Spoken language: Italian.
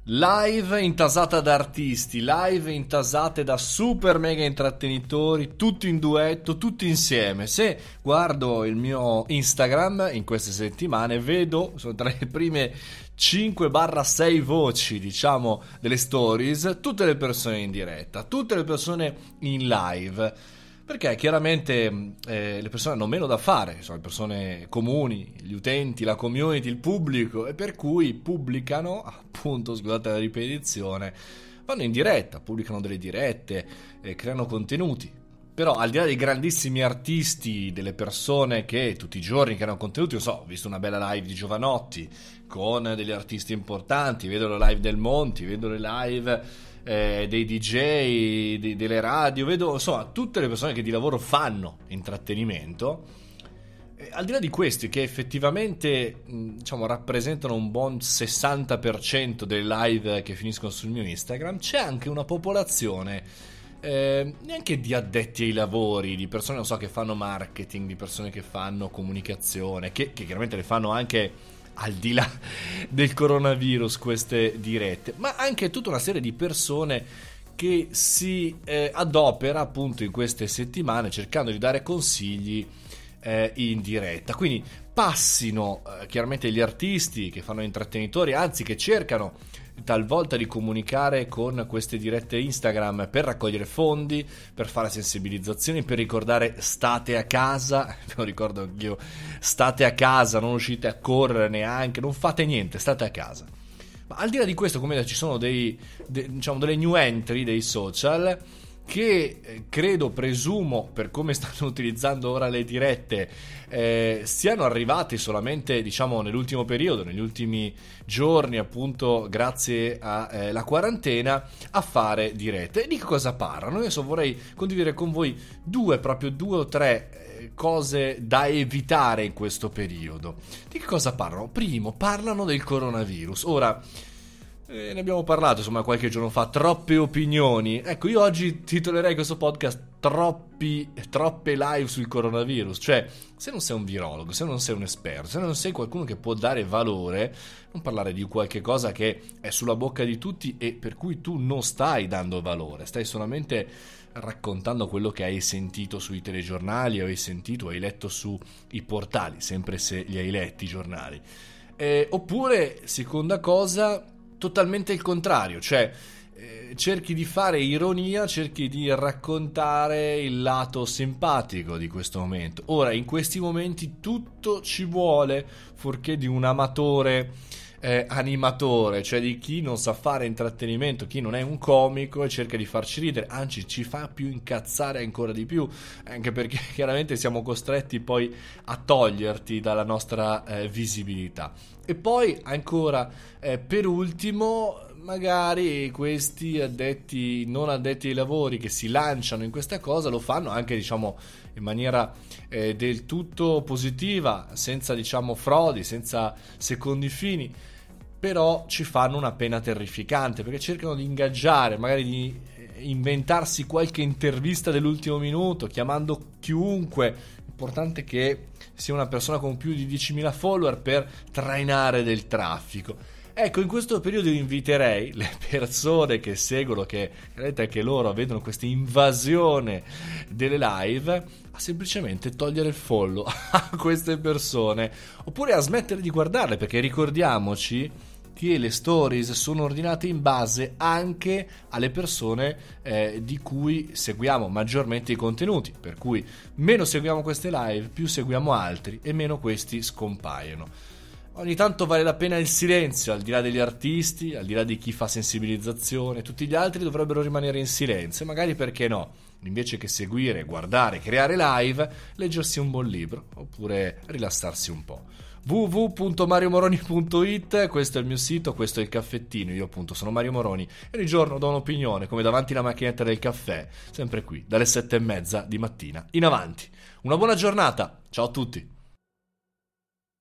Live intasata da artisti, live intasate da super mega intrattenitori, tutti in duetto, tutti insieme. Se guardo il mio Instagram in queste settimane, vedo, sono tra le prime 5-6 voci, diciamo, delle stories, tutte le persone in diretta, tutte le persone in live. Perché chiaramente le persone hanno meno da fare, sono le persone comuni, gli utenti, la community, il pubblico, e per cui pubblicano, appunto, scusate la ripetizione, vanno in diretta, pubblicano delle dirette, creano contenuti. Però al di là dei grandissimi artisti, delle persone che tutti i giorni creano contenuti, non so, ho visto una bella live di Giovanotti con degli artisti importanti, vedo la live del Monti, vedo le live dei DJ, delle radio, vedo insomma tutte le persone che di lavoro fanno intrattenimento. Al di là di questi che effettivamente diciamo rappresentano un buon 60% delle live che finiscono sul mio Instagram, c'è anche una popolazione neanche di addetti ai lavori, di persone non so che fanno marketing, di persone che fanno comunicazione, che chiaramente le fanno anche al di là del coronavirus queste dirette, ma anche tutta una serie di persone che si adopera appunto in queste settimane cercando di dare consigli in diretta. Quindi passino chiaramente gli artisti che fanno intrattenitori, anzi che cercano talvolta di comunicare con queste dirette Instagram per raccogliere fondi, per fare sensibilizzazioni, per ricordare state a casa, me lo ricordo anch'io, state a casa, non uscite a correre neanche, non fate niente, state a casa. Ma al di là di questo, come ci sono diciamo delle new entry dei social che presumo, per come stanno utilizzando ora le dirette, siano arrivati solamente, diciamo, nell'ultimo periodo, negli ultimi giorni, appunto, grazie alla quarantena, a fare dirette. E di che cosa parlano? Adesso vorrei condividere con voi due o tre cose da evitare in questo periodo. Di che cosa parlano? Primo, parlano del coronavirus. Ora, ne abbiamo parlato insomma qualche giorno fa, troppe opinioni. Ecco, io oggi titolerei questo podcast troppe live sul coronavirus. Cioè, se non sei un virologo, se non sei un esperto, se non sei qualcuno che può dare valore, non parlare di qualche cosa che è sulla bocca di tutti e per cui tu non stai dando valore, stai solamente raccontando quello che hai sentito sui telegiornali o hai letto sui portali, sempre se li hai letti i giornali. Oppure, seconda cosa, totalmente il contrario, cioè cerchi di fare ironia, cerchi di raccontare il lato simpatico di questo momento. Ora, in questi momenti tutto ci vuole, fuorché di un amatore animatore, cioè di chi non sa fare intrattenimento, chi non è un comico e cerca di farci ridere, anzi ci fa più incazzare ancora di più, anche perché chiaramente siamo costretti poi a toglierti dalla nostra visibilità. E poi ancora per ultimo, magari questi non addetti ai lavori che si lanciano in questa cosa lo fanno anche, diciamo, in maniera del tutto positiva, senza, diciamo, frodi, senza secondi fini, però ci fanno una pena terrificante perché cercano di ingaggiare, magari di inventarsi qualche intervista dell'ultimo minuto chiamando chiunque, importante che sia una persona con più di 10.000 follower, per trainare del traffico. Ecco, in questo periodo inviterei le persone che seguono, che vedete che loro vedono questa invasione delle live, a semplicemente togliere il follow a queste persone, oppure a smettere di guardarle, perché ricordiamoci che le stories sono ordinate in base anche alle persone di cui seguiamo maggiormente i contenuti, per cui meno seguiamo queste live, più seguiamo altri e meno questi scompaiono. Ogni tanto vale la pena il silenzio, al di là degli artisti, al di là di chi fa sensibilizzazione, tutti gli altri dovrebbero rimanere in silenzio, magari, perché no, invece che seguire, guardare, creare live, leggersi un buon libro oppure rilassarsi un po'. www.mariomoroni.it, questo è il mio sito, questo è il caffettino. Io appunto sono Mario Moroni e ogni giorno do un'opinione, come davanti alla macchinetta del caffè, sempre qui dalle 7:30 di mattina in avanti. Una buona giornata, ciao a tutti.